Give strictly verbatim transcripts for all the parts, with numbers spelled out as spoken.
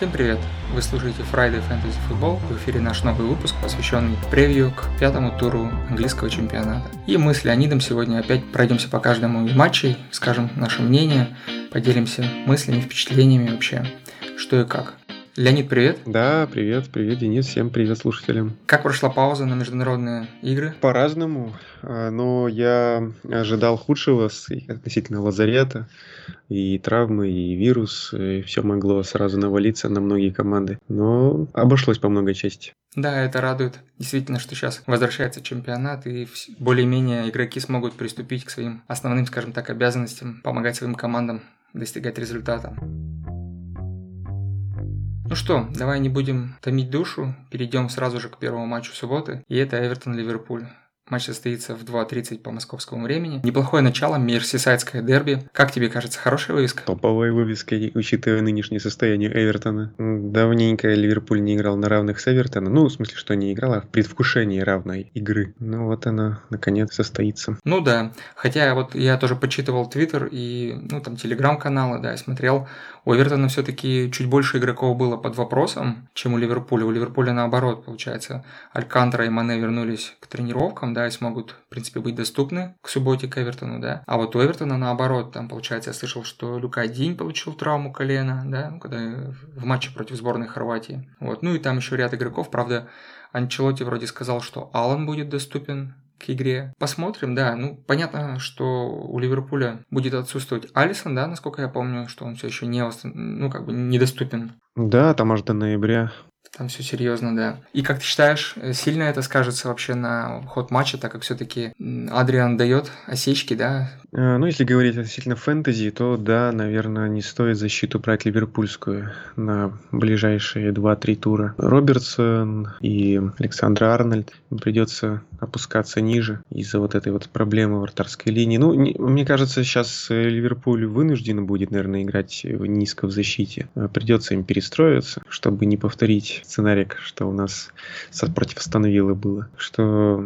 Всем привет! Вы слушаете Friday Fantasy Football, в эфире наш новый выпуск, посвященный превью к пятому туру английского чемпионата. И мы с Леонидом сегодня опять пройдемся по каждому из матчей, скажем наше мнение, поделимся мыслями, впечатлениями вообще, что и как. Леонид, привет! Да, привет, привет, Денис, всем привет слушателям. Как прошла пауза на международные игры? По-разному, а, но я ожидал худшего с- относительно лазарета, и травмы, и вирус, и все могло сразу навалиться на многие команды, но обошлось по многой части. Да, это радует. Действительно, что сейчас возвращается чемпионат, и вс- более-менее игроки смогут приступить к своим основным, скажем так, обязанностям, помогать своим командам достигать результата. Ну что, давай не будем томить душу, перейдем сразу же к первому матчу субботы, и это Эвертон-Ливерпуль. Матч состоится в два тридцать по московскому времени. Неплохое начало, мерсисайдское дерби. Как тебе кажется, хорошая вывеска? Топовая вывеска, учитывая нынешнее состояние Эвертона. М, Давненько Ливерпуль не играл на равных с Эвертоном. Ну, в смысле, что не играл, а в предвкушении равной игры. Ну, вот она, наконец, состоится. Ну да, хотя вот я тоже почитывал Твиттер и, ну, там, телеграм-каналы, да, и смотрел, у Эвертона все-таки чуть больше игроков было под вопросом, чем у Ливерпуля. У Ливерпуля наоборот, получается, Алькантара и Мане вернулись к тренировкам, да, и смогут, в принципе, быть доступны к субботе к Эвертону, да. А вот у Эвертона наоборот, там, получается, я слышал, что Люка Динь получил травму колена, да, ну, когда в матче против сборной Хорватии. Вот, ну и там еще ряд игроков, правда, Анчелотти вроде сказал, что Аллан будет доступен к игре. Посмотрим, да. Ну, понятно, что у Ливерпуля будет отсутствовать Алисон, да, насколько я помню, что он все еще не, восст- ну, как бы недоступен. Да, там аж до ноября. Там все серьезно, да. И как ты считаешь, э, сильно это скажется вообще на ход матча, так как все-таки Адриан дает осечки, да? Э, Ну, если говорить относительно фэнтези, то да, наверное, не стоит защиту брать ливерпульскую на ближайшие два-три тура. Робертсон и Александр Арнольд придется опускаться ниже из-за вот этой вот проблемы вратарской линии. Ну, не- мне кажется, сейчас э, Ливерпуль вынужден будет, наверное, играть э, низко в защите. Э, Придется им перестроиться, чтобы не повторить сценарий, что у нас со- против Астон Виллы было. Что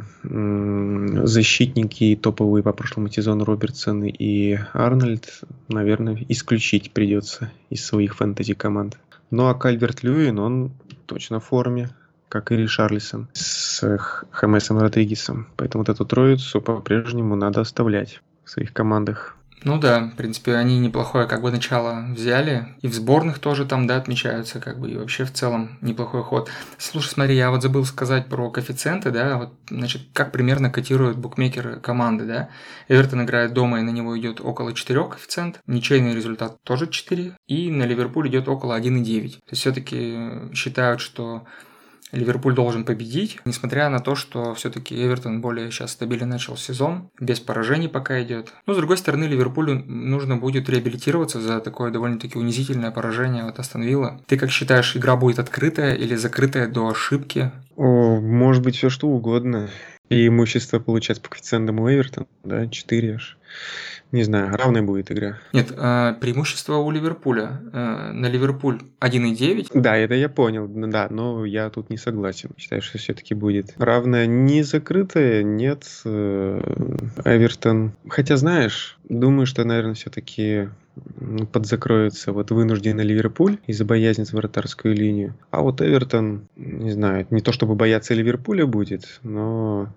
м, защитники топовые по прошлому сезону Робертсон и Арнольд, наверное, исключить придется из своих фэнтези-команд. Ну а Кальверт-Льюин, он точно в форме, как и Ришарлисон с Х- Хамесом Родригесом. Поэтому вот эту троицу по-прежнему надо оставлять в своих командах. Ну да, в принципе, они неплохое как бы начало взяли. И в сборных тоже там, да, отмечаются, как бы, и вообще в целом неплохой ход. Слушай, смотри, я вот забыл сказать про коэффициенты, да, вот, значит, как примерно котируют букмекеры команды, да. Эвертон играет дома, и на него идет около четыре коэффициент. Ничейный результат тоже четыре. И на Ливерпуль идет около один и девять. То есть все-таки считают, что Ливерпуль должен победить, несмотря на то, что все-таки Эвертон более сейчас стабильно начал сезон, без поражений пока идет. Но, с другой стороны, Ливерпулю нужно будет реабилитироваться за такое довольно-таки унизительное поражение от Астон Вилла. Ты как считаешь, игра будет открытая или закрытая до ошибки? О, может быть, все что угодно. И имущество получать по коэффициентам у Эвертона, да, четыре аж. Не знаю, равная будет игра. Нет, э, преимущество у Ливерпуля. Э, на Ливерпуль один и девять. Да, это я понял, н- да, но я тут не согласен. Считаю, что все-таки будет равное не закрытое, нет, э, Эвертон. Хотя, знаешь, думаю, что, наверное, все-таки подзакроется вот вынужденный Ливерпуль из-за боязни за вратарскую линию. А вот Эвертон, не знаю, не то чтобы бояться Ливерпуля будет, но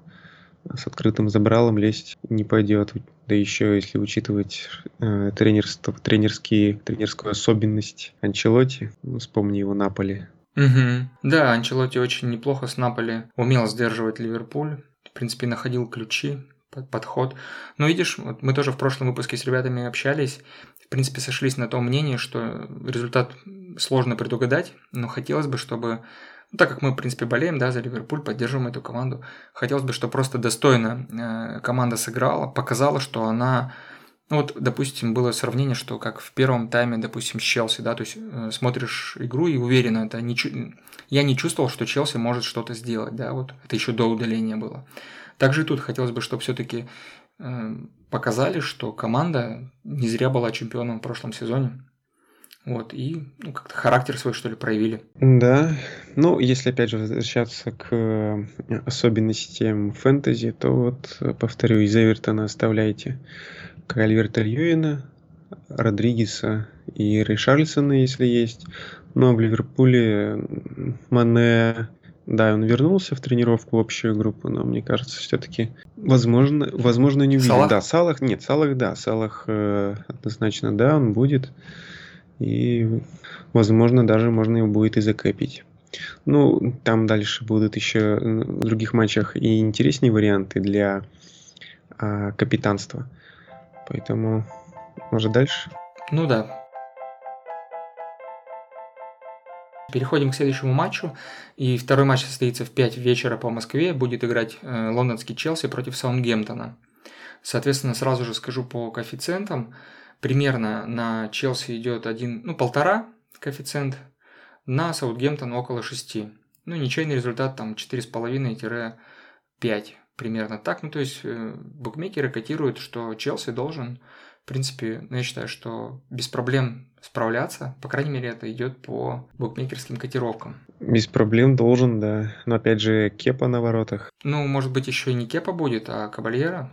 с открытым забралом лезть не пойдет. Да еще если учитывать э, тренерство, тренерские, тренерскую особенность Анчелотти, ну, вспомни его Наполи. Угу. Да, Анчелотти очень неплохо с Наполи умел сдерживать Ливерпуль. В принципе, находил ключи, под- подход. Но видишь, вот мы тоже в прошлом выпуске с ребятами общались. В принципе, сошлись на том мнении, что результат сложно предугадать, но хотелось бы, чтобы, ну, так как мы, в принципе, болеем, да, за Ливерпуль, поддерживаем эту команду, хотелось бы, чтобы просто достойно э, команда сыграла, показала, что она, ну вот, допустим, было сравнение, что как в первом тайме, допустим, с Челси, да, то есть э, смотришь игру и уверенно, это не чу- я не чувствовал, что Челси может что-то сделать, да, вот, это еще до удаления было. Также и тут хотелось бы, чтобы все-таки э, показали, что команда не зря была чемпионом в прошлом сезоне. Вот, и ну, как-то характер свой, что ли, проявили. Да, ну, если опять же возвращаться к э, особенностям фэнтези, то вот, э, повторю, из Эвертона оставляйте Кальверта Льюина, Родригеса и Ришарлисона, если есть. Но в Ливерпуле м, Мане, да, он вернулся в тренировку в общую группу, но мне кажется, все-таки возможно, возможно не увидим. Да, Салах? Салах, нет, Салах, да, Салах э, однозначно, да, он будет. И, возможно, даже можно его будет и закэпить. Ну, там дальше будут еще в других матчах и интереснее варианты для а, капитанства. Поэтому, может, дальше? Ну да. Переходим к следующему матчу. И второй матч состоится в пять вечера по Москве. Будет играть э, лондонский Челси против Саутгемптона. Соответственно, сразу же скажу по коэффициентам. Примерно на Челси идет один, ну, полтора коэффициент, на Саутгемптон около шести. Ну, ничейный результат там четыре с половиной - пять. Примерно так. Ну, то есть, э, букмекеры котируют, что Челси должен, в принципе, ну, я считаю, что без проблем справляться. По крайней мере, это идет по букмекерским котировкам. Без проблем должен, да. Но опять же, Кепа на воротах. Ну, может быть, еще и не Кепа будет, а Кабальера.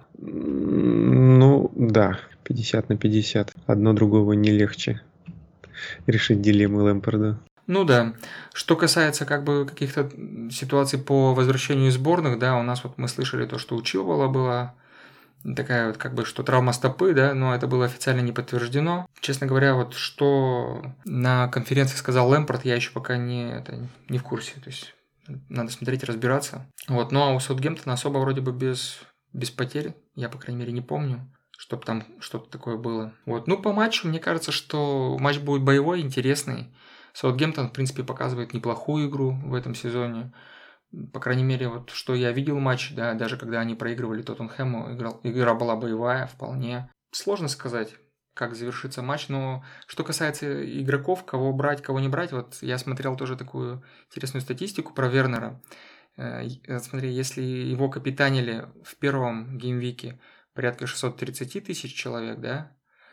М, Ну, да, пятьдесят на пятьдесят. Одно другого не легче решить дилеммы Лэмпарда. Ну да. Что касается как бы каких-то ситуаций по возвращению из сборных, да, у нас вот мы слышали то, что у Чилвелла была такая вот как бы, что травма стопы, да, но это было официально не подтверждено. Честно говоря, вот что на конференции сказал Лэмпард, я еще пока не, это, не в курсе, то есть надо смотреть, разбираться. Вот, ну а у Саутгемптона особо вроде бы без, без потерь, я, по крайней мере, не помню, чтобы там что-то такое было. Вот, ну по матчу, мне кажется, что матч будет боевой, интересный. Саутгемптон, в принципе, показывает неплохую игру в этом сезоне. По крайней мере, вот что я видел матч, да, даже когда они проигрывали Тоттенхэму, игра, игра была боевая вполне. Сложно сказать, как завершится матч, но что касается игроков, кого брать, кого не брать, вот я смотрел тоже такую интересную статистику про Вернера. Э, Смотри, если его капитанили в первом геймвике порядка шестьсот тридцать тысяч человек, да,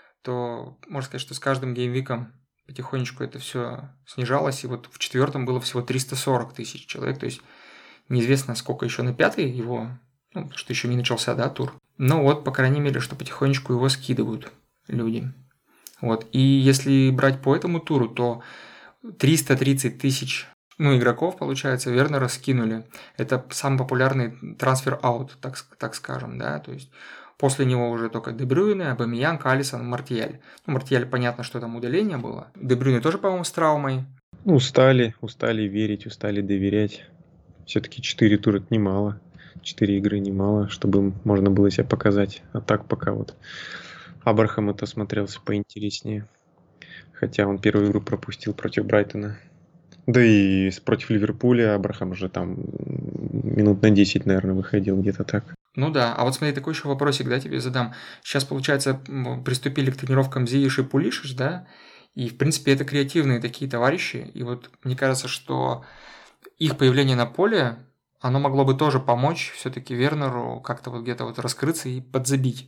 то можно сказать, что с каждым геймвиком потихонечку это все снижалось, и вот в четвертом было всего триста сорок тысяч человек, то есть неизвестно, сколько еще на пятый его, ну, что еще не начался, да, тур. Но вот, по крайней мере, что потихонечку его скидывают люди. Вот, и если брать по этому туру, то триста тридцать тысяч, ну, игроков, получается, Вернера скинули. Это самый популярный трансфер-аут, так, так скажем, да, то есть после него уже только Де Брюйне, Абамиян, Алисон, Мартьяль. Ну, Мартьяль, понятно, что там удаление было. Де Брюйне тоже, по-моему, с травмой. Устали, устали верить, устали доверять. Все-таки четыре тура это немало. Четыре игры немало, чтобы можно было себя показать. А так пока вот Абрахам это смотрелся поинтереснее. Хотя он первую игру пропустил против Брайтона. Да и против Ливерпуля Абрахам уже там минут на десять, наверное, выходил где-то так. Ну да, а вот смотри, такой еще вопросик, да, тебе задам. Сейчас, получается, приступили к тренировкам Зииш и Пулишич, да, и, в принципе, это креативные такие товарищи, и вот мне кажется, что их появление на поле, оно могло бы тоже помочь все-таки Вернеру как-то вот где-то вот раскрыться и подзабить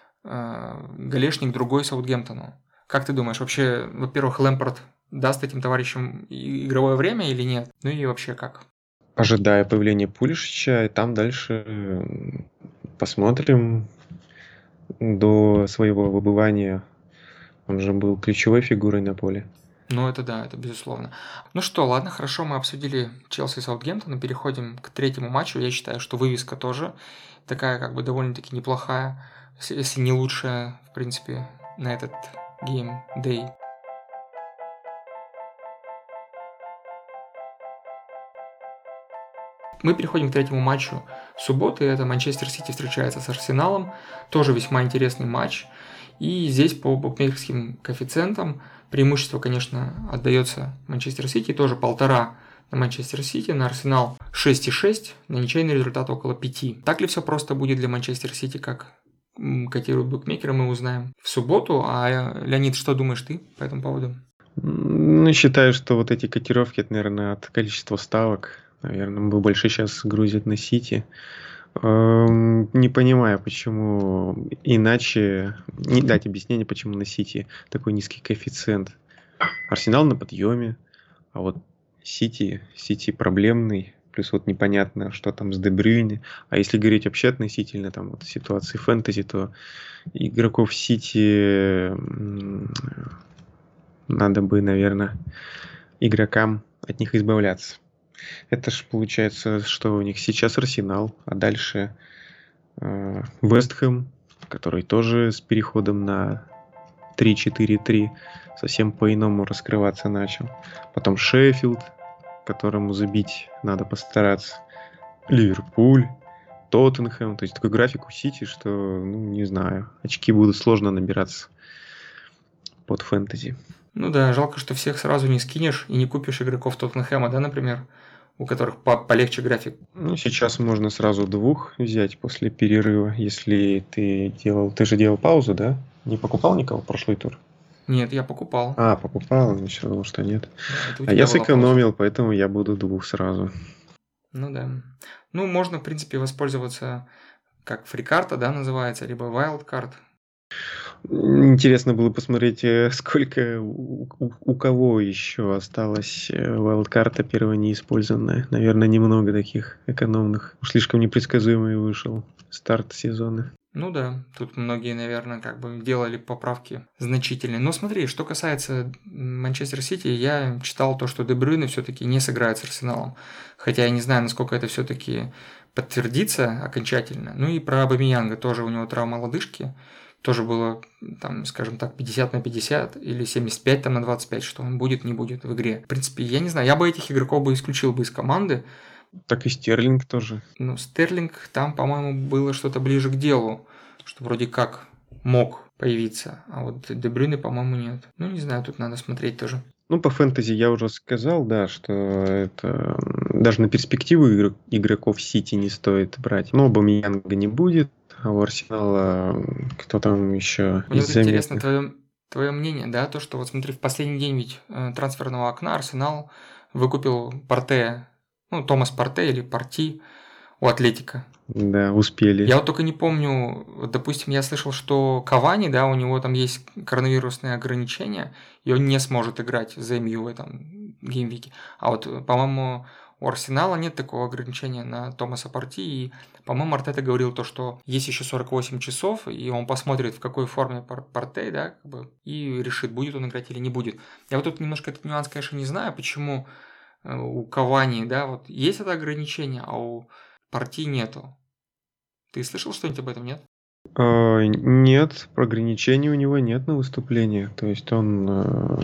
э, голешник другой Саутгемптону. Как ты думаешь, вообще, во-первых, Лэмпард даст этим товарищам игровое время или нет? Ну и вообще как? Ожидая появления Пулишича, и там дальше посмотрим. До своего выбывания он же был ключевой фигурой на поле. Ну, это да, это безусловно. Ну что, ладно, хорошо, мы обсудили Челси и Саутгемптон, переходим к третьему матчу. Я считаю, что вывеска тоже такая как бы довольно-таки неплохая, если не лучшая, в принципе, на этот гейм-дэй. Мы переходим к третьему матчу субботы. Это Манчестер Сити встречается с Арсеналом. Тоже весьма интересный матч. И здесь по букмекерским коэффициентам преимущество, конечно, отдается Манчестер Сити. Тоже полтора на Манчестер Сити, на Арсенал шесть и шесть, на ничейный результат около пяти. Так ли все просто будет для Манчестер Сити, как котируют букмекеры, мы узнаем в субботу. А, Леонид, что думаешь ты по этому поводу? Ну, считаю, что вот эти котировки, это, наверное, от количества ставок. Наверное, больше сейчас грузят на Сити. Эм, Не понимаю, почему иначе... Не дать объяснение, почему на Сити такой низкий коэффициент. Арсенал на подъеме, а вот Сити, Сити проблемный. Плюс вот непонятно, что там с Де Брюйне. А если говорить вообще относительно там, вот, ситуации фэнтези, то игроков Сити м, надо бы, наверное, игрокам от них избавляться. Это ж получается, что у них сейчас Арсенал, а дальше э, Вест Хэм, который тоже с переходом на три четыре три совсем по-иному раскрываться начал. Потом Шеффилд, которому забить надо постараться. Ливерпуль, Тоттенхэм. То есть такой график у Сити, что, ну, не знаю, очки будут сложно набираться под фэнтези. Ну да, жалко, что всех сразу не скинешь и не купишь игроков Тоттенхэма, да, например, у которых по- полегче график. Ну, сейчас можно сразу двух взять после перерыва, если ты делал... Ты же делал паузу, да? Не покупал никого в прошлый тур? Нет, я покупал. А, покупал, но все равно, что нет. Да, это у А тебя я была пауза. сэкономил, поэтому я буду двух сразу. Ну да. Ну, можно, в принципе, воспользоваться, как фрикарта, да, называется, либо wildcard. Интересно было посмотреть, э, сколько у, у- у кого еще осталось э, вайлдкарта первая неиспользованная. Наверное, немного таких экономных. Уж слишком непредсказуемый вышел старт сезона. Ну да, тут многие, наверное, как бы делали поправки значительные. Но смотри, что касается Манчестер Сити, я читал то, что Де Брюйне все-таки не сыграет с Арсеналом. Хотя я не знаю, насколько это все-таки подтвердится окончательно. Ну и про Абамеянга тоже, у него травма лодыжки. Тоже было, там, скажем так, пятьдесят на пятьдесят или семьдесят пять там, на двадцать пять, что он будет, не будет в игре. В принципе, я не знаю, я бы этих игроков бы исключил бы из команды. Так и Стерлинг тоже. Ну, Стерлинг, там, по-моему, было что-то ближе к делу, что вроде как мог появиться, а вот Де Брюйне, по-моему, нет. Ну, не знаю, тут надо смотреть тоже. Ну, по фэнтези я уже сказал, да, что это м, даже на перспективу игр- игроков Сити не стоит брать. Но Абамеянга не будет, а у Арсенала м, кто там еще Мне из вот интересно заметных? твое, твое мнение, да, то, что вот смотри, в последний день ведь э, трансферного окна Арсенал выкупил Парте, ну, Томас Парте или Парти у Атлетика. Да, успели. Я вот только не помню, вот, допустим, я слышал, что Кавани, да, у него там есть коронавирусные ограничения, и он не сможет играть за эм ю в этом геймвике. А вот, по-моему, у Арсенала нет такого ограничения на Томаса Парти, и, по-моему, Артета говорил то, что есть еще сорок восемь часов, и он посмотрит, в какой форме Пар- Партей, да, как бы, и решит, будет он играть или не будет. Я вот тут немножко этот нюанс, конечно, не знаю, почему э, у Кавани, да, вот есть это ограничение, а у Парти нету. Ты слышал что-нибудь об этом, нет? А, нет, ограничений у него нет на выступление. То есть он э,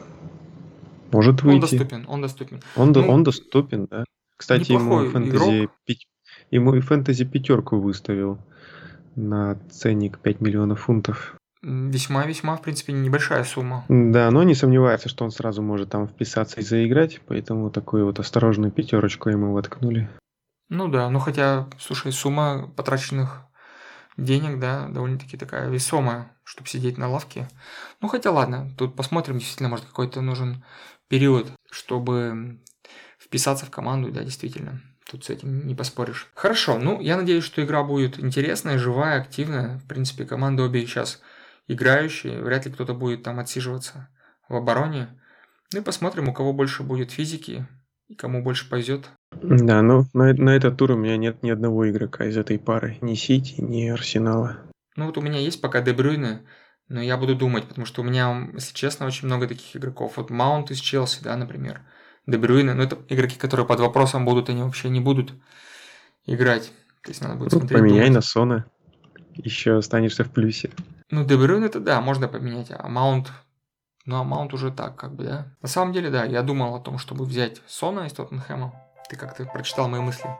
может Он выйти. доступен, он доступен. Он, до- он Ну, доступен, да. Кстати, ему неплохой фэнтези, игрок, пи- ему и фэнтези пятерку выставил на ценник пять миллионов фунтов. м, весьма-весьма, в принципе, небольшая сумма. Да, но не сомневается, что он сразу может там вписаться и заиграть, поэтому такую вот осторожную пятерочку ему воткнули. Ну да, ну хотя, слушай, сумма потраченных денег, да, довольно-таки такая весомая, чтобы сидеть на лавке. Ну хотя ладно, тут посмотрим, действительно, может какой-то нужен период, чтобы вписаться в команду, да, действительно. Тут с этим не поспоришь. Хорошо, ну я надеюсь, что игра будет интересная, живая, активная. В принципе, команды обе сейчас играющие, вряд ли кто-то будет там отсиживаться в обороне. Ну и посмотрим, у кого больше будет физики и кому больше повезет. Да, но на, на этот тур у меня нет ни одного игрока из этой пары. Ни Сити, ни Арсенала. Ну вот у меня есть пока Де Брюйне, но я буду думать, потому что у меня, если честно, очень много таких игроков. Вот Маунт из Челси, да, например. Де Брюйне, ну это игроки, которые под вопросом будут, они вообще не будут играть. То есть надо будет Ну, смотреть, поменяй думать. на Сона. Еще останешься в плюсе. Ну, Де Брюйне это да, можно поменять, а Маунт, ну а Маунт уже так, как бы, да. На самом деле, да, я думал о том, чтобы взять Сона из Тоттенхэма. Ты как-то прочитал мои мысли.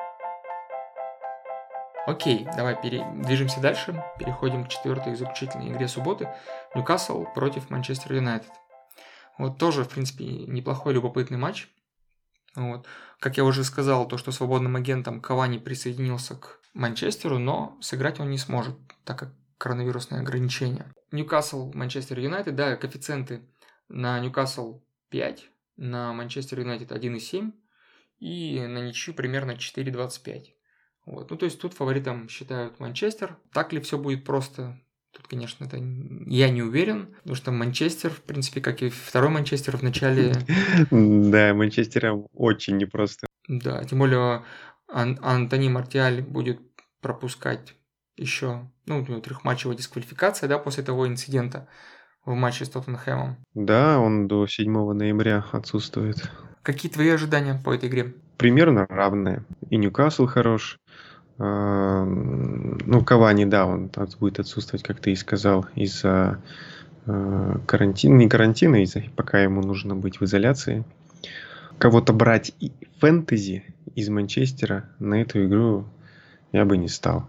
Окей, давай пере... движемся дальше. Переходим к четвертой и заключительной игре субботы. Ньюкасл против Манчестер Юнайтед. Вот тоже, в принципе, неплохой, любопытный матч. Вот. Как я уже сказал, то, что свободным агентом Кавани присоединился к Манчестеру, но сыграть он не сможет, так как коронавирусные ограничения. Ньюкасл, Манчестер Юнайтед, да, коэффициенты на Ньюкасл пять, на Манчестер Юнайтед один и семь и на ничью примерно четыре двадцать пять. Вот. Ну, то есть тут фаворитом считают Манчестер. Так ли все будет просто? Тут, конечно, это я не уверен, потому что Манчестер, в принципе, как и второй Манчестер в начале... Да, Манчестером очень непросто. Да, тем более Ан- Антони Мартиаль будет пропускать еще, ну, у него трехматчевая дисквалификация, да, после того инцидента. в матче с Тоттенхэмом. Да, он до седьмого ноября отсутствует. Какие твои ожидания по этой игре? Примерно равные. И Ньюкасл хорош. А, Ну, Кавани, да, он от- будет отсутствовать, как ты и сказал, из-за а, карантина. Не карантина, из-за пока ему нужно быть в изоляции. Кого-то брать и фэнтези из Манчестера на эту игру я бы не стал.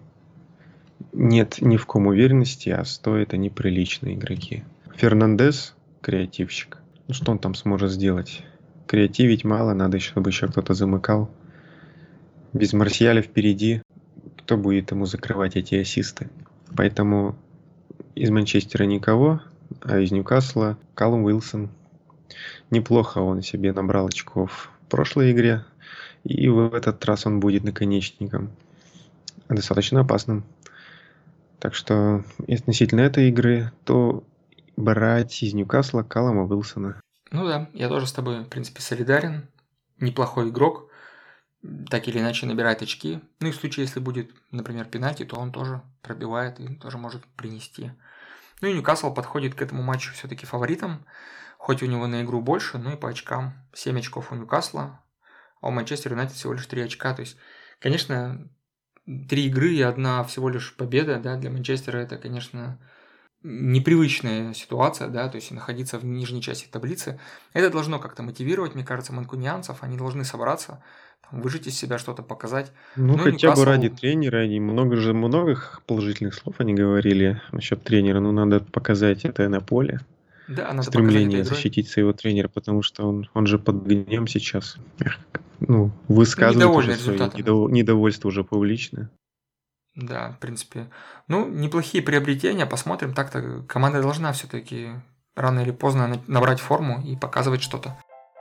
Нет ни в ком уверенности, а стоят они приличные игроки. Фернандес, креативщик. Ну что он там сможет сделать? Креативить мало, надо, чтобы еще кто-то замыкал. Без Марсиаля впереди, кто будет ему закрывать эти ассисты? Поэтому из Манчестера никого, а из Ньюкасла Калум Уилсон. Неплохо он себе набрал очков в прошлой игре, и в этот раз он будет наконечником. Достаточно опасным. Так что относительно этой игры, то брать из Ньюкасла Калума Уилсона. Ну да, я тоже с тобой, в принципе, солидарен. Неплохой игрок, так или иначе набирает очки. Ну и в случае, если будет, например, пенальти, то он тоже пробивает и тоже может принести. Ну и Ньюкасл подходит к этому матчу все-таки фаворитом, хоть у него на игру больше, но и по очкам. семь очков у Ньюкасла, а у Манчестер Юнайтед всего лишь три очка. То есть, конечно, три игры и одна всего лишь победа, да, для Манчестера это, конечно, непривычная ситуация, да, то есть находиться в нижней части таблицы. Это должно как-то мотивировать, мне кажется, манкунианцев, они должны собраться, там, выжать из себя что-то, показать. Ну, Ну и хотя бы ради Ньюкасл, тренера, и много же, много положительных слов они говорили насчет тренера, ну, надо показать это на поле, да, надо показать это стремление игрой. защитить своего тренера, потому что он, он же под огнем сейчас. Эх, Ну, Ну, высказывает уже недовольны свое результатами. недов- недовольство уже публично. Да, в принципе. Ну, неплохие приобретения, посмотрим. Так-то команда должна все-таки рано или поздно на- набрать форму и показывать что-то.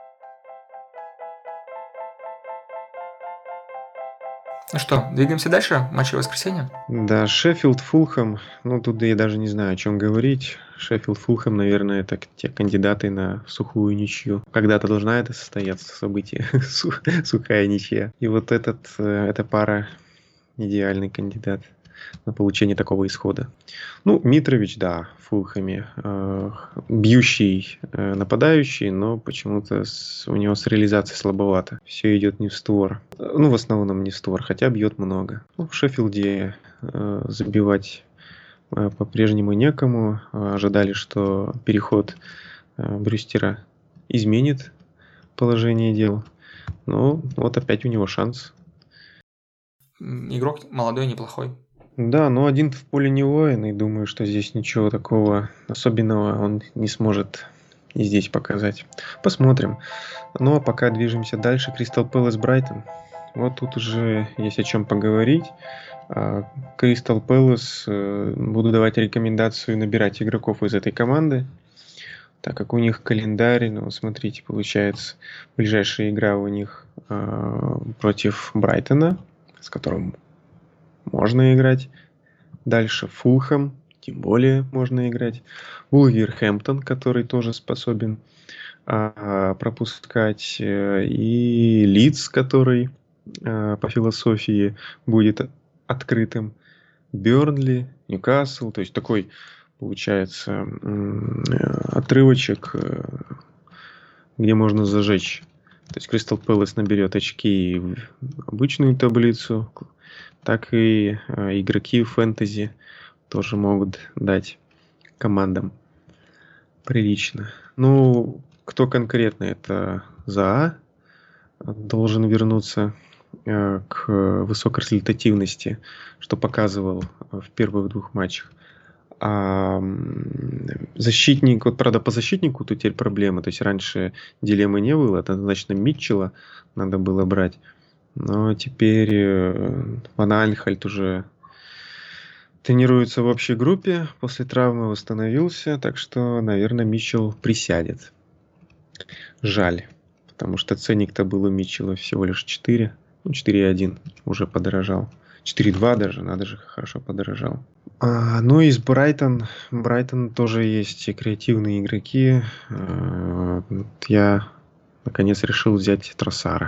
Ну что, двигаемся дальше? Матчи воскресенья? Да, Шеффилд, Фулхэм, ну, тут я даже не знаю, о чем говорить. Шеффилд, Фулхэм, наверное, это те кандидаты на сухую ничью. Когда-то должна это состояться событие, Су- сухая ничья. И вот этот, э, эта пара идеальный кандидат на получение такого исхода. Ну, Митрович, да, в Фулхэме. э, Бьющий э, нападающий, но почему-то с- у него с реализацией слабовато. Все идет не в створ. Э, Ну, в основном не в створ, хотя бьет много. Ну, в Шеффилде э, забивать э, по-прежнему некому. Э, Ожидали, что переход э, Брюстера изменит положение дел. Ну, вот опять у него шанс. М, Игрок молодой, неплохой. Да, но один в поле не воин, и думаю, что здесь ничего такого особенного он не сможет и здесь показать. Посмотрим. Ну а пока движемся дальше. Кристал Пэлас Брайтон. Вот тут уже есть о чем поговорить. А, Кристал Пэлас, э, буду давать рекомендацию набирать игроков из этой команды, так как у них календарь, ну смотрите, получается, ближайшая игра у них а, против Брайтона, с которым можно играть. Дальше Фулхэм, тем более можно играть. Вулверхэмптон, который тоже способен а, пропускать. э, И Лидс, который а, по философии будет открытым. Бернли, Ньюкасл. То есть такой получается м, э, отрывочек, э, где можно зажечь. То есть Кристал Пэлас наберет очки в обычную таблицу, так и э, игроки фэнтези тоже могут дать командам прилично. Ну, кто конкретно это ЗАА должен вернуться э, к высокой результативности, что показывал э, в первых двух матчах. А м, защитник, вот правда по защитнику тут теперь проблема. То есть раньше дилеммы не было, это однозначно Митчелла надо было брать. Но теперь э, Ван Альхальт уже тренируется в общей группе, после травмы восстановился, так что, наверное, Митчелл присядет. Жаль, потому что ценник-то был у Митчелла всего лишь четыре, ну четыре и один уже подорожал. четыре и два даже, надо же, хорошо подорожал. А, ну и из Брайтон, Брайтон тоже есть и креативные игроки. А, вот я наконец решил взять Тросара.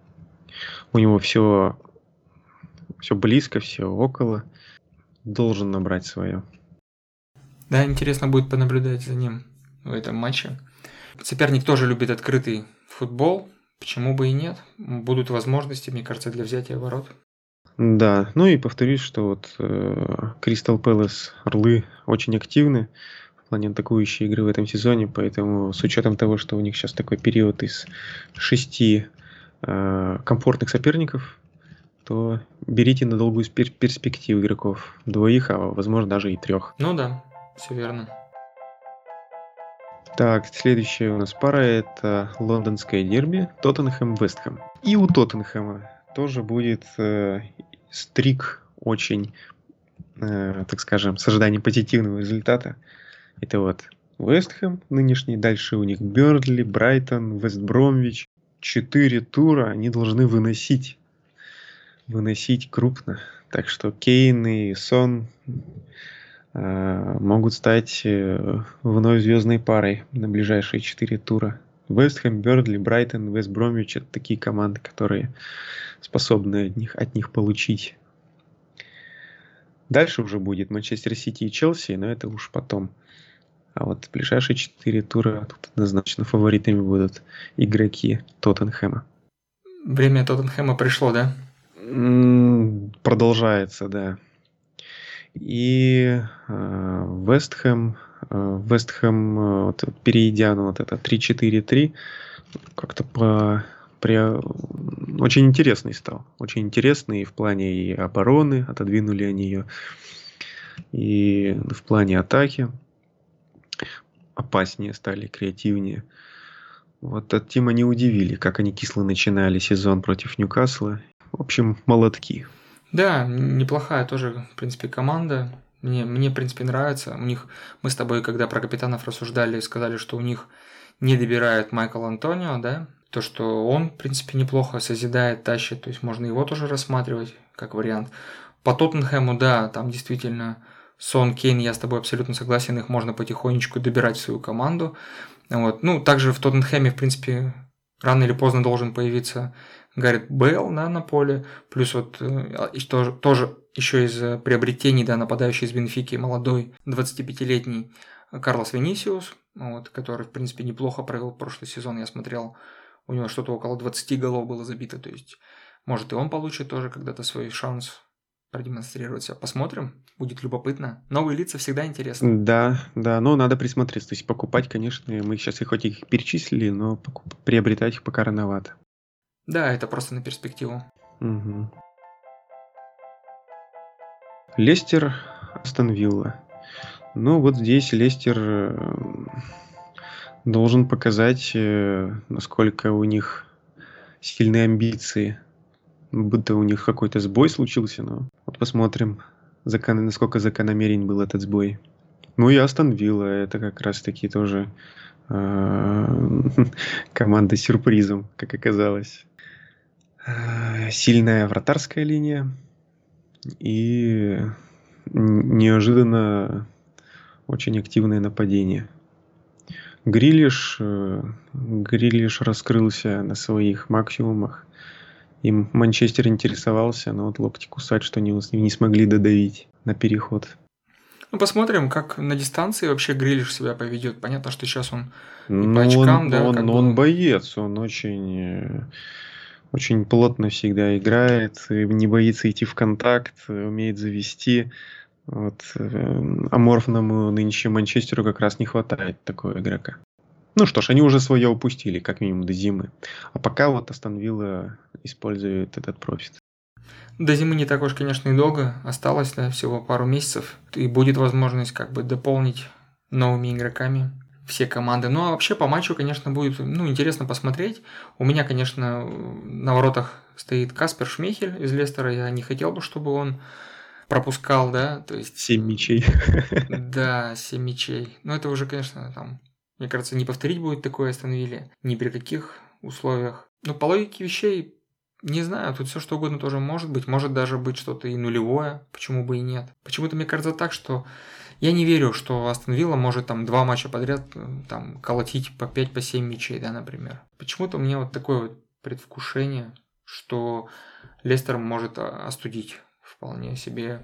У него все, все близко, все около. Должен набрать свое. Да, интересно будет понаблюдать за ним в этом матче. Соперник тоже любит открытый футбол, почему бы и нет. Будут возможности, мне кажется, для взятия ворот. Да, ну и повторюсь, что вот Кристал Пэлас, Орлы очень активны в плане атакующей игры в этом сезоне, поэтому с учетом того, что у них сейчас такой период из шести э, комфортных соперников, то берите на долгую пер- перспективу игроков. Двоих, а возможно даже и трех. Ну да, все верно. Так, следующая у нас пара — это лондонское дерби Тоттенхэм-Вестхэм. И у Тоттенхэма тоже будет э, стрик очень, э, так скажем, с ожиданием позитивного результата. Это вот Вестхэм нынешний, дальше у них Бёрнли, Брайтон, Вест Бромвич. Четыре тура они должны выносить. Выносить крупно. Так что Кейн и Сон э, могут стать э, вновь звездной парой на ближайшие четыре тура. Вестхэм, Бёрнли, Брайтон, Вест Бромвич — это такие команды, которые способны от них, от них получить. Дальше уже будет Манчестер Сити и Челси, но это уж потом. А вот ближайшие четыре тура тут однозначно фаворитами будут игроки Тоттенхэма. Время Тоттенхэма пришло, да? М, Продолжается, да. И э, Вестхэм, э, Вестхэм, э, вот, перейдя на вот это три четыре три, как-то по, при- очень интересный стал. Очень интересный в плане и обороны, отодвинули они ее, и в плане атаки опаснее стали, креативнее. Вот этот тим они удивили, как они кисло начинали сезон против Ньюкасла. В общем, молотки. Да, неплохая тоже, в принципе, команда. Мне, мне, в принципе, нравится. У них, мы с тобой, когда про капитанов рассуждали, сказали, что у них не добирают Майкл Антонио, да? То, что он, в принципе, неплохо созидает, тащит, то есть можно его тоже рассматривать как вариант. По Тоттенхэму, да, там действительно Сон, Кейн, я с тобой абсолютно согласен, их можно потихонечку добирать в свою команду. Вот. Ну, также в Тоттенхэме, в принципе, рано или поздно должен появиться Гаррет Бейл, да, на поле. Плюс вот э, и тоже, тоже еще из э, приобретений, да, нападающий из Бенфики, молодой, двадцатипятилетний Карлос Винисиус, вот, который, в принципе, неплохо провел прошлый сезон, я смотрел, у него что-то около двадцати голов было забито, то есть, может, и он получит тоже когда-то свой шанс продемонстрировать себя. Посмотрим, будет любопытно. Новые лица всегда интересно. Да, да, но надо присмотреться. То есть покупать, конечно, мы сейчас и хоть их перечислили, но покуп- приобретать их пока рановато. Да, это просто на перспективу. Угу. Лестер, Астон Вилла. Ну, вот здесь Лестер э, должен показать, э, насколько у них сильные амбиции. Будто у них какой-то сбой случился, но вот посмотрим, закон... насколько закономерен был этот сбой. Ну и Астон Вилла, это как раз-таки тоже э, команда с сюрпризом, как оказалось. Э, Сильная вратарская линия и неожиданно очень активное нападение. Грилиш, э, Грилиш раскрылся на своих максимумах. Им Манчестер интересовался, но вот локти кусать, что не, не смогли додавить на переход. Ну, посмотрим, как на дистанции вообще Грилиш себя поведет. Понятно, что сейчас он и по Ну, очкам, он, да, он, как но бы... он боец, он очень, э, очень плотно всегда играет, и не боится идти в контакт, умеет завести. Вот, э, аморфному нынче Манчестеру как раз не хватает такого игрока. Ну что ж, они уже свое упустили, как минимум до зимы. А пока вот Астон Вилла использует этот профит. До зимы не так уж, конечно, и долго. Осталось, да, всего пару месяцев. И будет возможность как бы дополнить новыми игроками все команды. Ну, а вообще по матчу, конечно, будет, ну, интересно посмотреть. У меня, конечно, на воротах стоит Каспер Шмейхель из Лестера. Я не хотел бы, чтобы он пропускал, да, то есть... Семь мячей. Да, семь мячей. Но это уже, конечно, там, мне кажется, не повторить будет такое Астон Вилле ни при каких условиях. Но по логике вещей, не знаю, тут все что угодно тоже может быть. Может даже быть что-то и нулевое, почему бы и нет. Почему-то мне кажется так, что я не верю, что Астон Вилла может там два матча подряд там колотить по пять, по семь мячей, да, например. Почему-то у меня вот такое вот предвкушение, что Лестер может остудить вполне себе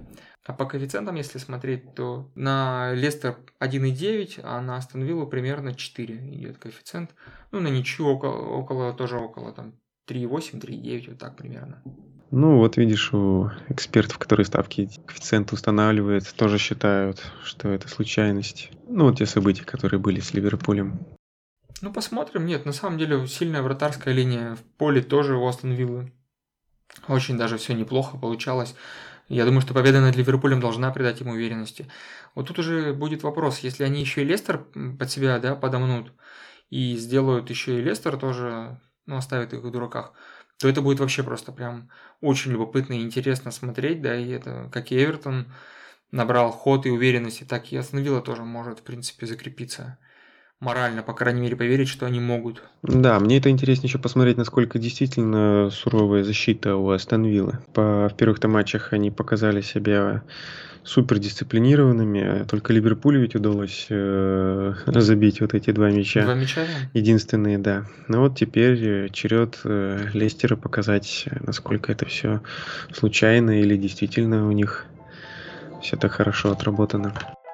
А по коэффициентам, если смотреть, то на Лестер один и девять, а на Астон Виллу примерно четыре идет коэффициент. Ну, на ничью около, около тоже около там три и восемь, три и девять, вот так примерно. Ну, вот видишь, у экспертов, которые ставки коэффициенты устанавливают, тоже считают, что это случайность. Ну, вот те события, которые были с Ливерпулем. Ну, посмотрим. Нет, на самом деле сильная вратарская линия в поле тоже у Астон Виллы. Очень даже все неплохо получалось. Я думаю, что победа над Ливерпулем должна придать ему уверенности. Вот тут уже будет вопрос, если они еще и Лестер под себя, да, подомнут и сделают еще и Лестер тоже, ну, оставят их в дураках, то это будет вообще просто прям очень любопытно и интересно смотреть, да, и это как и Эвертон набрал ход и уверенности, так и Астон Вилла тоже может, в принципе, закрепиться морально, по крайней мере, поверить, что они могут. Да, мне это интереснее еще посмотреть, насколько действительно суровая защита у Астон Виллы. По, в первых-то матчах они показали себя супер дисциплинированными, только Ливерпулю ведь удалось э, забить вот эти два мяча. Два мяча, да? Единственные, да. Ну вот теперь черед э, Лестера показать, насколько это все случайно или действительно у них все так хорошо отработано.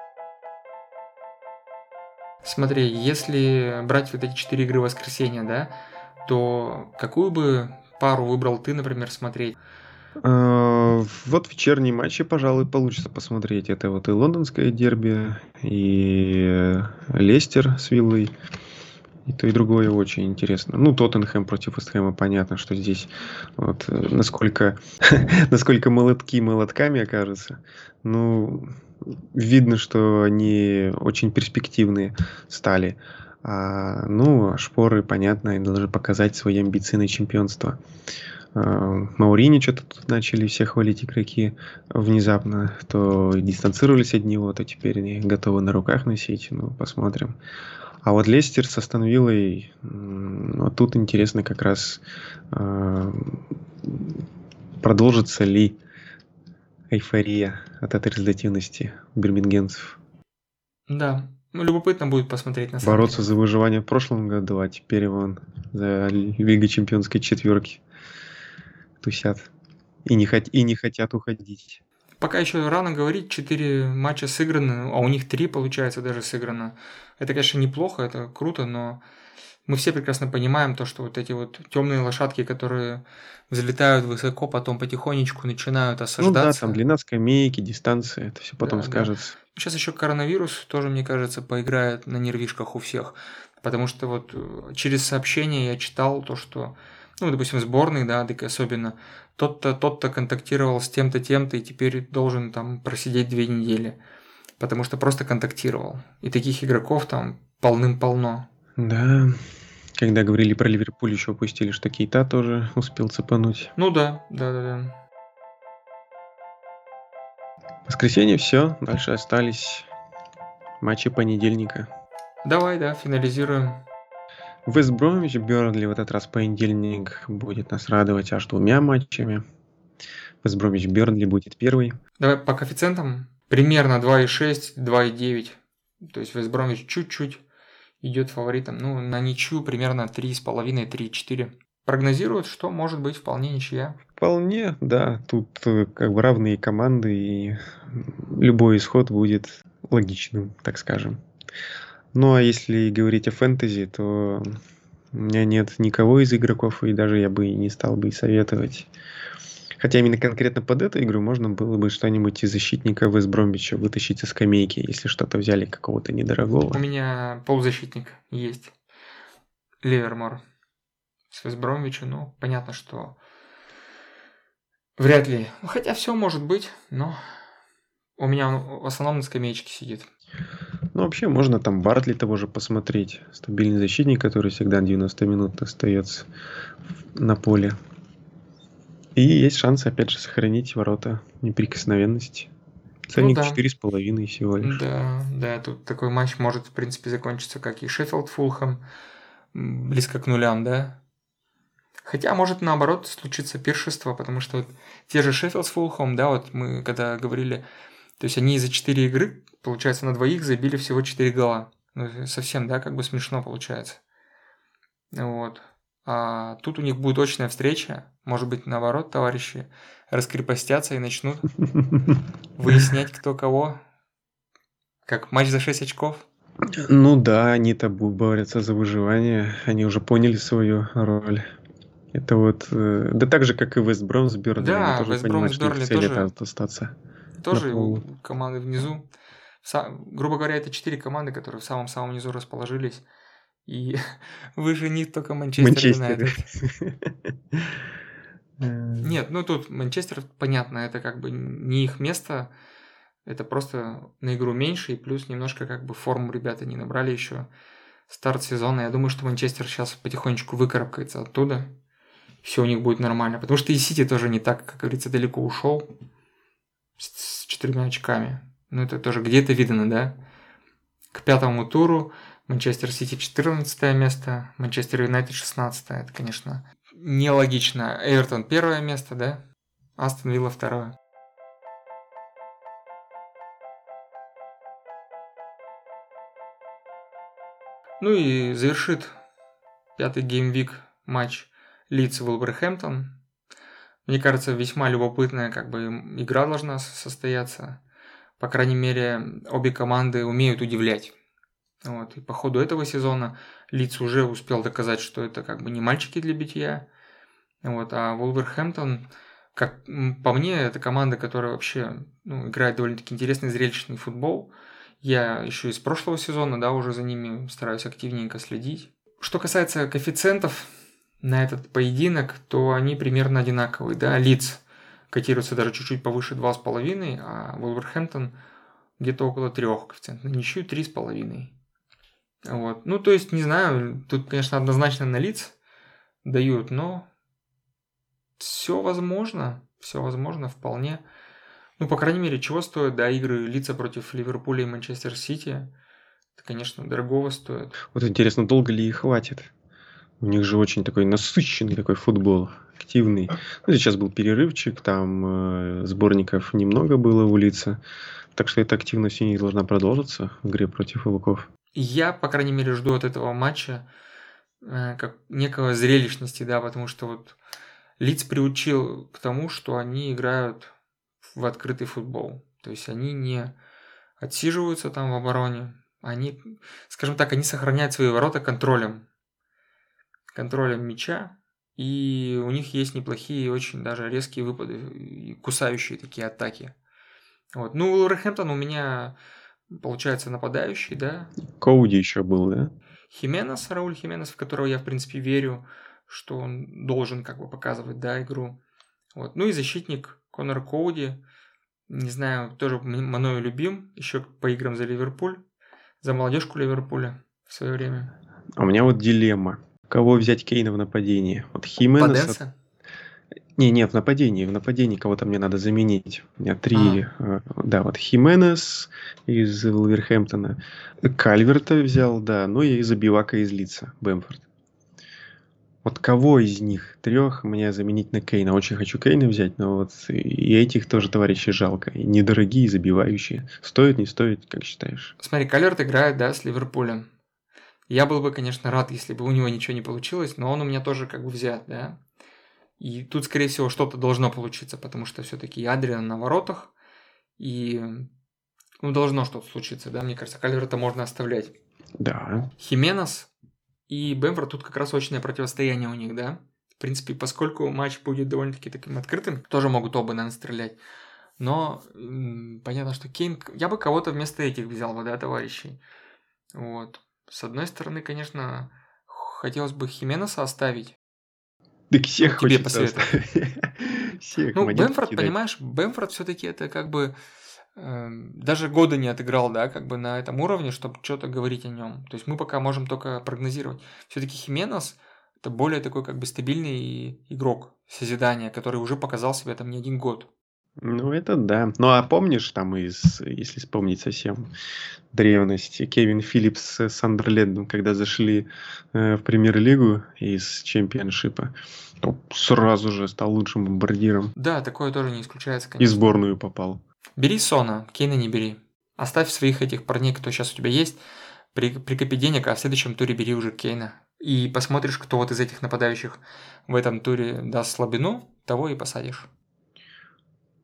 Смотри, если брать вот эти четыре игры воскресенья, да, то какую бы пару выбрал ты, например, смотреть? А, Вот вечерние матчи, пожалуй, получится посмотреть. Это вот и лондонское дерби, и Лестер с Виллой. И то, и другое очень интересно. Ну, Тоттенхэм против Вест Хэма, понятно, что здесь вот э, насколько, насколько молотки молотками окажутся. Ну, видно, что они очень перспективные стали. А, ну, а шпоры, понятно, они должны показать свои амбиции на чемпионство. А, Маурини что-то тут начали все хвалить игроки внезапно. То дистанцировались от него, то теперь они готовы на руках носить. Ну, посмотрим. А вот Лестер с Астон Виллой, м, вот тут интересно как раз, а, продолжится ли эйфория от этой результативности бирмингемцев. Да, ну, любопытно будет посмотреть на самом Бороться деле. за выживание в прошлом году, а теперь вон за Лигой чемпионской четверки тусят и не, хот- и не хотят уходить. Пока еще рано говорить, четыре матча сыграны, а у них три, получается, даже сыграно. Это, конечно, неплохо, это круто, но мы все прекрасно понимаем то, что вот эти вот темные лошадки, которые взлетают высоко, потом потихонечку начинают Ну да, осаждаться. там длина скамейки, дистанция, это все потом Да, да. скажется. Сейчас еще коронавирус тоже, мне кажется, поиграет на нервишках у всех. Потому что вот э, через сообщения я читал то, что, ну, допустим, сборных, да, так особенно, тот-то, тот-то контактировал с тем-то, тем-то, и теперь должен там просидеть две недели. Потому что просто контактировал. И таких игроков там полным-полно. Да, когда говорили про Ливерпуль, еще упустили, что Кейта тоже успел цепануть. Ну да, да-да-да. Воскресенье все, дальше остались матчи понедельника. Давай, да, финализируем. Вест Бромвич Бернли в этот раз понедельник будет нас радовать аж двумя матчами. Вест Бромвич Бернли будет первый. Давай по коэффициентам. Примерно два и шесть, два и девять. То есть Вест Бромвич чуть-чуть идет фаворитом. Ну, на ничью примерно три с половиной, три и четыре. Прогнозируют, что может быть вполне ничья. Вполне, да. Тут э, как бы равные команды, и любой исход будет логичным, так скажем. Ну, а если говорить о фэнтези, то у меня нет никого из игроков, и даже я бы и не стал бы и советовать. Хотя именно конкретно под эту игру можно было бы что-нибудь из защитника Вест Бромвича вытащить со скамейки, если что-то взяли какого-то У недорогого. меня полузащитник есть. Ливермор с Вест Бромвичем. Ну, понятно, что вряд ли. Хотя все может быть, но у меня он в основном на скамеечке сидит. Ну, вообще, можно там Бартли того же посмотреть. Стабильный защитник, который всегда девяносто минут остается на поле. И есть шанс, опять же, сохранить ворота неприкосновенности. Ценник Ну да. четыре с половиной всего лишь. Да, да, тут такой матч может, в принципе, закончиться, как и Шеффилд Фулхэм, м, близко к нулям, да. Хотя, может, наоборот, случится пиршество, потому что вот те же Шеффилд с Фулхэм, да, вот мы когда говорили, то есть они за четыре игры, получается, на двоих забили всего четыре гола. Ну, совсем, да, как бы смешно получается. Вот. А тут у них будет очная встреча, может быть, наоборот, товарищи раскрепостятся и начнут выяснять, кто кого. Как матч за шесть очков. Ну да, они-то борются за выживание, они уже поняли свою роль. Это вот, э, да так же, как и Вест Бром с Бернли, они Да, тоже Вест Бром понимают, с что их Бернли цель тоже, это остаться на тоже полу. команды внизу. Са- грубо говоря, это четыре команды, которые в самом-самом низу расположились. И выше них только Манчестер Манчестер. Юнайтед. Нет, ну тут Манчестер, понятно, это как бы не их место. Это просто на игру меньше, и плюс немножко как бы форму ребята не набрали еще. Старт сезона. Я думаю, что Манчестер сейчас потихонечку выкарабкается оттуда. Все у них будет нормально. Потому что и Сити тоже не так, как говорится, далеко ушел. С, с четырьмя очками. Ну, это тоже где-то видно, да? К пятому туру Манчестер Сити четырнадцатое место, Манчестер Юнайтед шестнадцатое. Это, конечно, нелогично. Эвертон первое место, да? Астон Вилла второе. Ну и завершит пятый геймвик матч Лидс Вулверхэмптон. Мне кажется, весьма любопытная как бы игра должна состояться. По крайней мере, обе команды умеют удивлять. Вот. И по ходу этого сезона Лидс уже успел доказать, что это как бы не мальчики для битья. Вот. А Вулверхэмптон, как по мне, это команда, которая вообще ну, играет довольно-таки интересный зрелищный футбол. Я еще из прошлого сезона, да, уже за ними стараюсь активненько следить. Что касается коэффициентов на этот поединок, то они примерно одинаковые, да. Лидс котируется даже чуть-чуть повыше два с половиной, а Вулверхэмптон где-то около трех коэффициент. На ничью три с половиной. Вот. Ну, то есть, не знаю, тут, конечно, однозначно на Лидс дают, но все возможно, все возможно вполне. Ну, по крайней мере, чего стоят, да, игры Лидса против Ливерпуля и Манчестер Сити. Это, конечно, дорогого стоит. Вот интересно, долго ли их хватит? У них же очень такой насыщенный такой футбол, активный. Ну, сейчас был перерывчик, там э, сборников немного было у Лидса. Так что эта активность у них должна продолжиться в игре против Волков. Я, по крайней мере, жду от этого матча э, как некого зрелищности, да, потому что вот Лидс приучил к тому, что они играют в открытый футбол. То есть они не отсиживаются там в обороне, они, скажем так, они сохраняют свои ворота контролем. Контролем мяча, и у них есть неплохие, очень даже резкие выпады, кусающие такие атаки. Вот. Ну, Вулверхэмптон у меня, получается, нападающий, да. Коуди еще был, да? Хименес, Рауль Хименес, в которого я, в принципе, верю, что он должен как бы показывать, да, игру. Вот. Ну и защитник Конор Коуди, не знаю, тоже мною любим, еще по играм за Ливерпуль, за молодежку Ливерпуля в свое время. А у меня вот дилемма. Кого взять Кейна в нападении? Вот Хименеса... Паденса? Не, не, в нападении. В нападении кого-то мне надо заменить. У меня три... А. Да, вот Хименес из Вулверхэмптона. Кальверта взял, да. Ну и Забивака из Лидса, Бэмфорд. Вот кого из них трех мне заменить на Кейна? Очень хочу Кейна взять, но вот и этих тоже товарищей жалко. И недорогие, забивающие. Стоит, не стоит, как считаешь? Смотри, Кальверт играет, да, с Ливерпулем. Я был бы, конечно, рад, если бы у него ничего не получилось, но он у меня тоже как бы взят, да. И тут, скорее всего, что-то должно получиться, потому что все-таки Адриан на воротах, и ну, должно что-то случиться, да. Мне кажется, Кальверта можно оставлять. Да. Хименес и Бэмфорд, тут как раз очное противостояние у них, да. В принципе, поскольку матч будет довольно-таки таким открытым, тоже могут оба, наверное, стрелять. Но м- понятно, что Кейн... Я бы кого-то вместо этих взял бы, да, товарищей. Вот. С одной стороны, конечно, хотелось бы Хименеса оставить. Так всех ну, тебе хочется посоветовать. Всех Ну, монетки Бэмфорд, кидать. понимаешь, Бэмфорд все-таки это как бы э, даже года не отыграл, да, как бы на этом уровне, чтобы что-то говорить о нем. То есть мы пока можем только прогнозировать. Все-таки Хименес это более такой как бы стабильный игрок созидания, который уже показал себя там не один год. Ну, это да. Ну, а помнишь, там из, если вспомнить совсем древности, Кевин Филлипс с Сандерлендом, когда зашли э, в премьер-лигу из чемпионшипа, то сразу же стал лучшим бомбардиром. Да, такое тоже не исключается, И в конечно. сборную попал. Бери Сона, Кейна не бери. Оставь своих этих парней, кто сейчас у тебя есть, при, прикопи денег, а в следующем туре бери уже Кейна. И посмотришь, кто вот из этих нападающих в этом туре даст слабину, того и посадишь.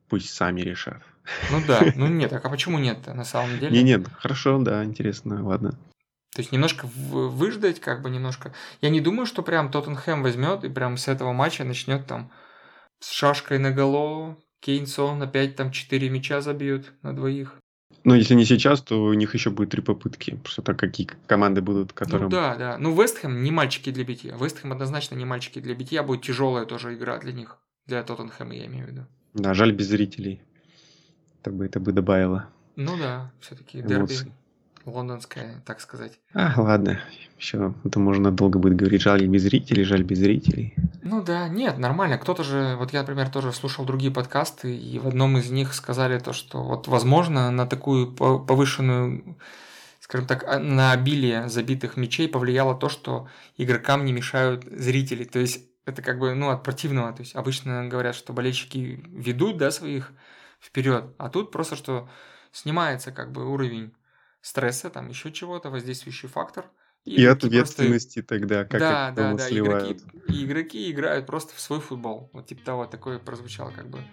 пусть сами решат. Ну да, ну нет, так а почему нет-то на самом деле? Не, нет, хорошо, да, интересно, ладно. То есть немножко в- выждать, как бы немножко. Я не думаю, что прям Тоттенхэм возьмет и прям с этого матча начнет там с шашкой наголо, Кейн, Сон опять там четыре мяча забьют на двоих. Но если не сейчас, то у них еще будет три попытки. Просто так какие команды будут, Ну которым... да, да. Ну Вестхэм не мальчики для битья. Вестхэм однозначно не мальчики для битья, будет тяжелая тоже игра для них. Для Тоттенхэма, я имею в виду. Да, жаль без зрителей. Это бы, это бы добавило Ну да, все-таки дерби эмоций. лондонское, так сказать. А, ладно. Еще это можно долго будет говорить. Жаль без зрителей, жаль без зрителей. Ну да, нет, нормально. Кто-то же, вот я, например, тоже слушал другие подкасты, и в одном из них сказали то, что вот возможно на такую по- повышенную, скажем так, а- на обилие забитых мячей повлияло то, что игрокам не мешают зрители. То есть это как бы, ну, от противного. То есть обычно говорят, что болельщики ведут, да, своих вперед, а тут просто, что снимается как бы уровень стресса, там еще чего-то, воздействующий фактор, и И игроки просто ответственности тогда, как они да, да, дома да, игроки, сливают. и игроки играют просто в свой футбол. Вот типа того, такое прозвучало как бы.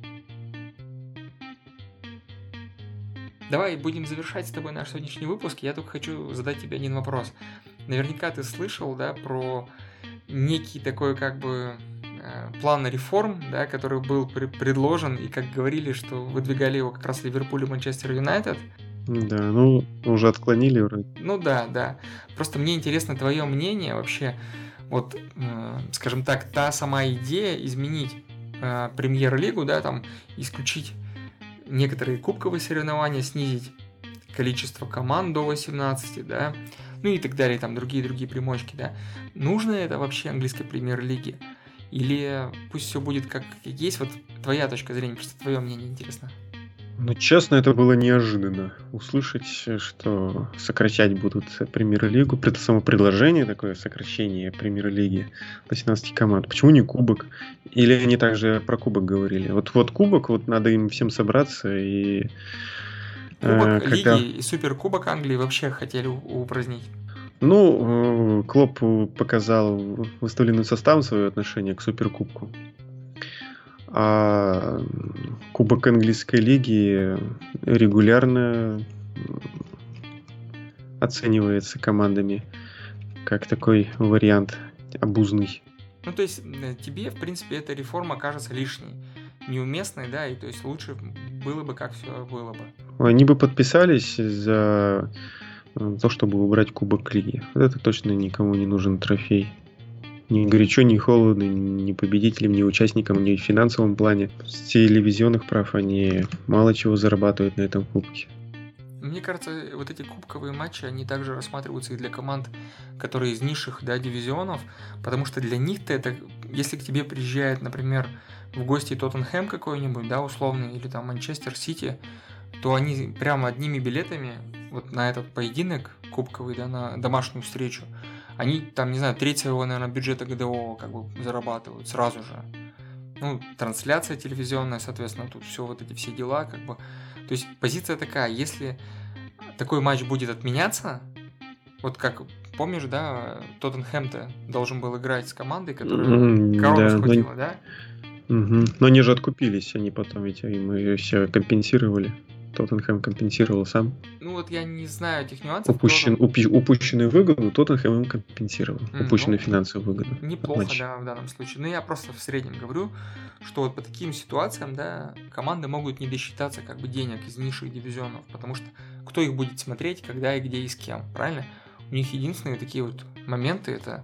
Давай будем завершать с тобой наш сегодняшний выпуск. Я только хочу задать тебе один вопрос. Наверняка ты слышал, да, про некий такой как бы э, план реформ, да, который был при- предложен, и как говорили, что выдвигали его как раз Ливерпуль и Манчестер Юнайтед. Да, ну, уже отклонили вроде. Ну да, да. Просто мне интересно твое мнение вообще. Вот, э, скажем так, та сама идея изменить э, премьер-лигу, да, там исключить некоторые кубковые соревнования, снизить количество команд до восемнадцати, да, ну и так далее, там другие-другие примочки, да. Нужно это вообще английской премьер-лиге? Или пусть все будет как есть? Вот твоя точка зрения, просто твое мнение интересно. Ну, честно, это было неожиданно услышать, что сокращать будут премьер-лигу. Это само предложение такое, сокращение премьер-лиги до семнадцати команд. Почему не кубок? Или они также про кубок говорили? Вот, вот кубок, вот надо им всем собраться и... Кубок э, когда... лиги и суперкубок Англии вообще хотели у- упразднить. Ну, э, Клоп показал выставленным составом свое отношение к суперкубку. А Кубок английской лиги регулярно оценивается командами как такой вариант обузный. Ну, то есть э, тебе, в принципе, эта реформа кажется лишней, неуместной, да, и то есть лучше было бы, как все было бы. Они бы подписались за э, то, чтобы убрать Кубок лиги. Вот это точно никому не нужен трофей. Ни горячо, ни холодно, ни победителям, ни участникам, ни в финансовом плане. С телевизионных прав они мало чего зарабатывают на этом кубке. Мне кажется, вот эти кубковые матчи, они также рассматриваются и для команд, которые из низших, да, дивизионов, потому что для них-то это, если к тебе приезжает, например, в гости Тоттенхэм какой-нибудь, да, условный, или там Манчестер Сити, то они прямо одними билетами вот на этот поединок кубковый, да, на домашнюю встречу, они там, не знаю, треть своего, наверное, бюджета годового как бы зарабатывают сразу же. Ну, трансляция телевизионная, соответственно, тут все вот эти все дела, как бы. То есть позиция такая, если такой матч будет отменяться, вот как, помнишь, да, Тоттенхэм-то должен был играть с командой, которая М, корону да, но- схватила, да? Мгм. Но они же откупились, они потом ведь им ее все компенсировали. Тоттенхэм компенсировал сам. Ну вот я не знаю этих нюансов. Упущен, кто упи- упущенную выгоду Тоттенхэм им компенсировал. М, Упущенную ну, финансовую выгоду. там от неплохо, матча. да, в данном случае. Но я просто в среднем говорю, что вот по таким ситуациям, да, команды могут не досчитаться как бы денег из низших дивизионов, потому что кто их будет смотреть, когда и где и с кем, правильно? У них единственные такие вот моменты, это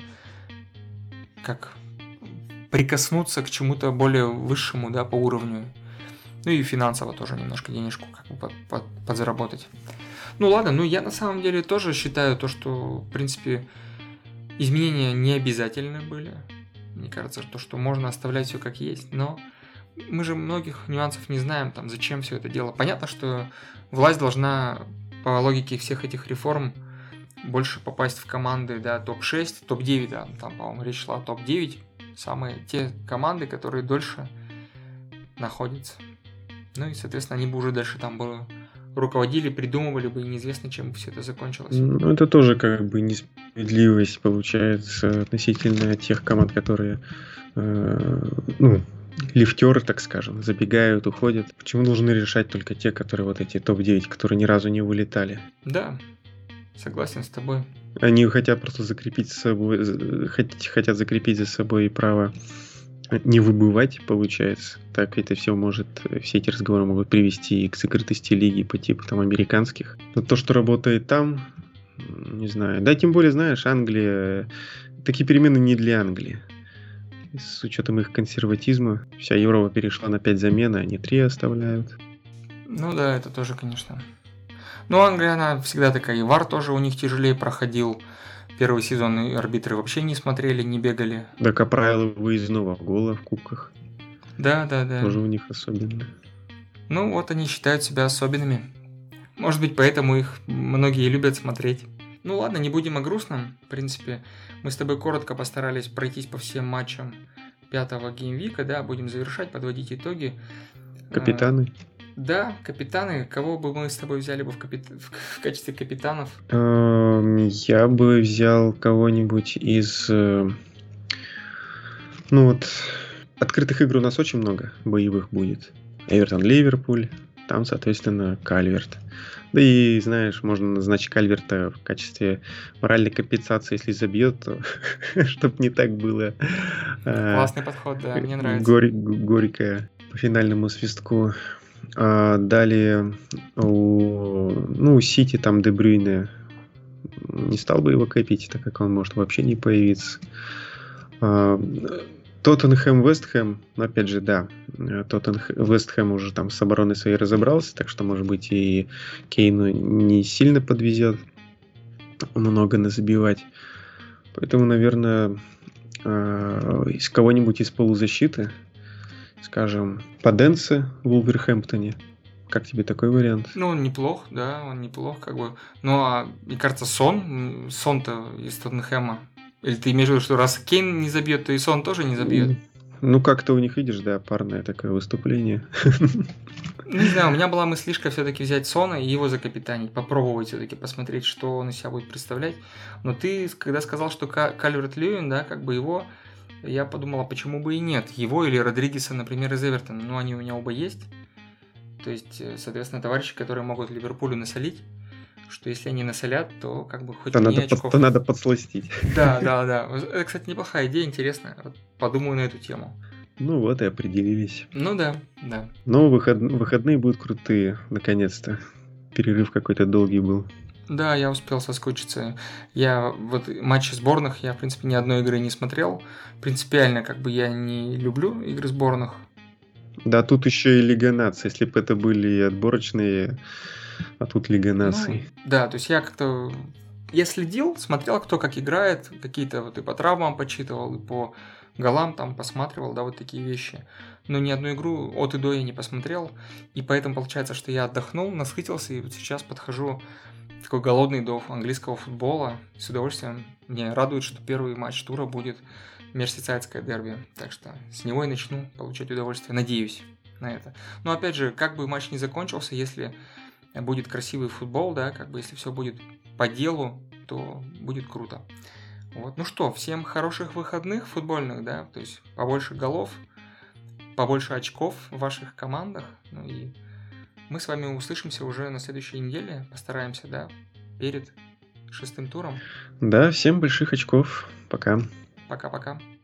как прикоснуться к чему-то более высшему, да, по уровню. Ну и финансово тоже немножко денежку как бы под- под- подзаработать. Ну ладно, ну я на самом деле тоже считаю то, что, в принципе, изменения не обязательны были. Мне кажется, то, что можно оставлять все как есть, но мы же многих нюансов не знаем, там, зачем все это дело. Понятно, что власть должна по логике всех этих реформ больше попасть в команды, да, топ шесть, топ девять, да, там, по-моему, речь шла о топ девять, самые те команды, которые дольше находятся. Ну и, соответственно, они бы уже дальше там бы руководили, придумывали бы, и неизвестно, чем бы все это закончилось. Ну, это тоже как бы несправедливость получается относительно тех команд, которые э, ну, лифтеры, так скажем, забегают, уходят. Почему должны решать только те, которые вот эти топ девять, которые ни разу не вылетали? Да, согласен с тобой. Они хотят просто закрепить за собой, з- хот- хотят закрепить за собой право не выбывать, получается. Так это все может, все эти разговоры могут привести к закрытости лиги по типу там американских. Но то, что работает там, м, не знаю. Да, тем более, знаешь, Англия, такие перемены не для Англии. С учетом их консерватизма, вся Европа перешла на пять замен, а они три оставляют. Ну да, это тоже, конечно. Но Англия, она всегда такая. И ВАР тоже у них тяжелее проходил. Первый сезон и арбитры вообще не смотрели, не бегали. Да, как правило, выездного гола в кубках Да, да, да. тоже у них особенно. Ну вот они считают себя особенными. Может быть, поэтому их многие любят смотреть. Ну ладно, не будем о грустном. В принципе, мы с тобой коротко постарались пройтись по всем матчам пятого геймвика, да, будем завершать, подводить итоги. Капитаны. Да, капитаны. Кого бы мы с тобой взяли бы в, капит... в качестве капитанов? Эм, Я бы взял кого-нибудь из... э, Ну вот, открытых игр у нас очень много, боевых будет. Эвертон, Ливерпуль, там, соответственно, Кальверт. Да и, знаешь, можно назначить Кальверта в качестве моральной компенсации, если забьет, то чтобы не так было э, Классный подход, да, мне нравится. гори- горько по финальному свистку. А далее у, ну, у Сити там Де Брюйне, не стал бы его копить, так как он может вообще не появиться. А, Тоттенхэм, Вестхэм, ну, опять же, да, Тоттенхэм, Вестхэм уже там с обороной своей разобрался, так что, может быть, и Кейну не сильно подвезет много назабивать. Поэтому, наверное, а, из кого-нибудь из полузащиты, скажем, Паденсе в Вулверхэмптоне. Как тебе такой вариант? Ну, он неплох, да, он неплох, как бы. Ну, а, мне кажется, Сон, м, Сон-то из Тоттенхэма. Или ты имеешь в виду, что раз Кейн не забьет, то и Сон тоже не забьет? Ну, как-то у них, видишь, да, парное такое выступление. Не знаю, у меня была мыслишка все-таки взять Сона и его закапитанить, попробовать все-таки посмотреть, что он из себя будет представлять. Но ты, когда сказал, что Кальверт-Льюин, да, как бы его, я подумала, почему бы и нет. Его или Родригеса, например, из Эвертона. Ну, они у меня оба есть. То есть, э, соответственно, товарищи, которые могут Ливерпулю насолить, что если они насолят, то как бы хоть То мне надо, под- очков. то надо подсластить. Да, да, да. Это, кстати, неплохая идея, интересно. Вот подумаю на эту тему. Ну вот и определились. Ну да, да. Но выход... выходные будут крутые, наконец-то. Перерыв какой-то долгий был. Да, я успел соскучиться. Я вот матчи сборных, я, в принципе, ни одной игры не смотрел. Принципиально, как бы, я не люблю игры сборных. Да, тут еще и Лига наций. Если бы это были отборочные, а тут Лига наций. Ну, да, то есть я как-то... Я следил, смотрел, кто как играет, какие-то вот и по травмам почитывал, и по голам там посматривал, да, вот такие вещи. Но ни одну игру от и до я не посмотрел, и поэтому получается, что я отдохнул, насытился, и вот сейчас подхожу такой голодный до английского футбола. С удовольствием мне радует, что первый матч тура будет мерсисайдское дерби, так что с него и начну получать удовольствие, надеюсь на это. Но опять же, как бы матч не закончился, если будет красивый футбол, да, как бы если все будет по делу, то будет круто. Вот. Ну что, всем хороших выходных футбольных, да, то есть побольше голов, побольше очков в ваших командах, ну и мы с вами услышимся уже на следующей неделе, постараемся, да, перед шестым туром. Да, всем больших очков. Пока. Пока-пока.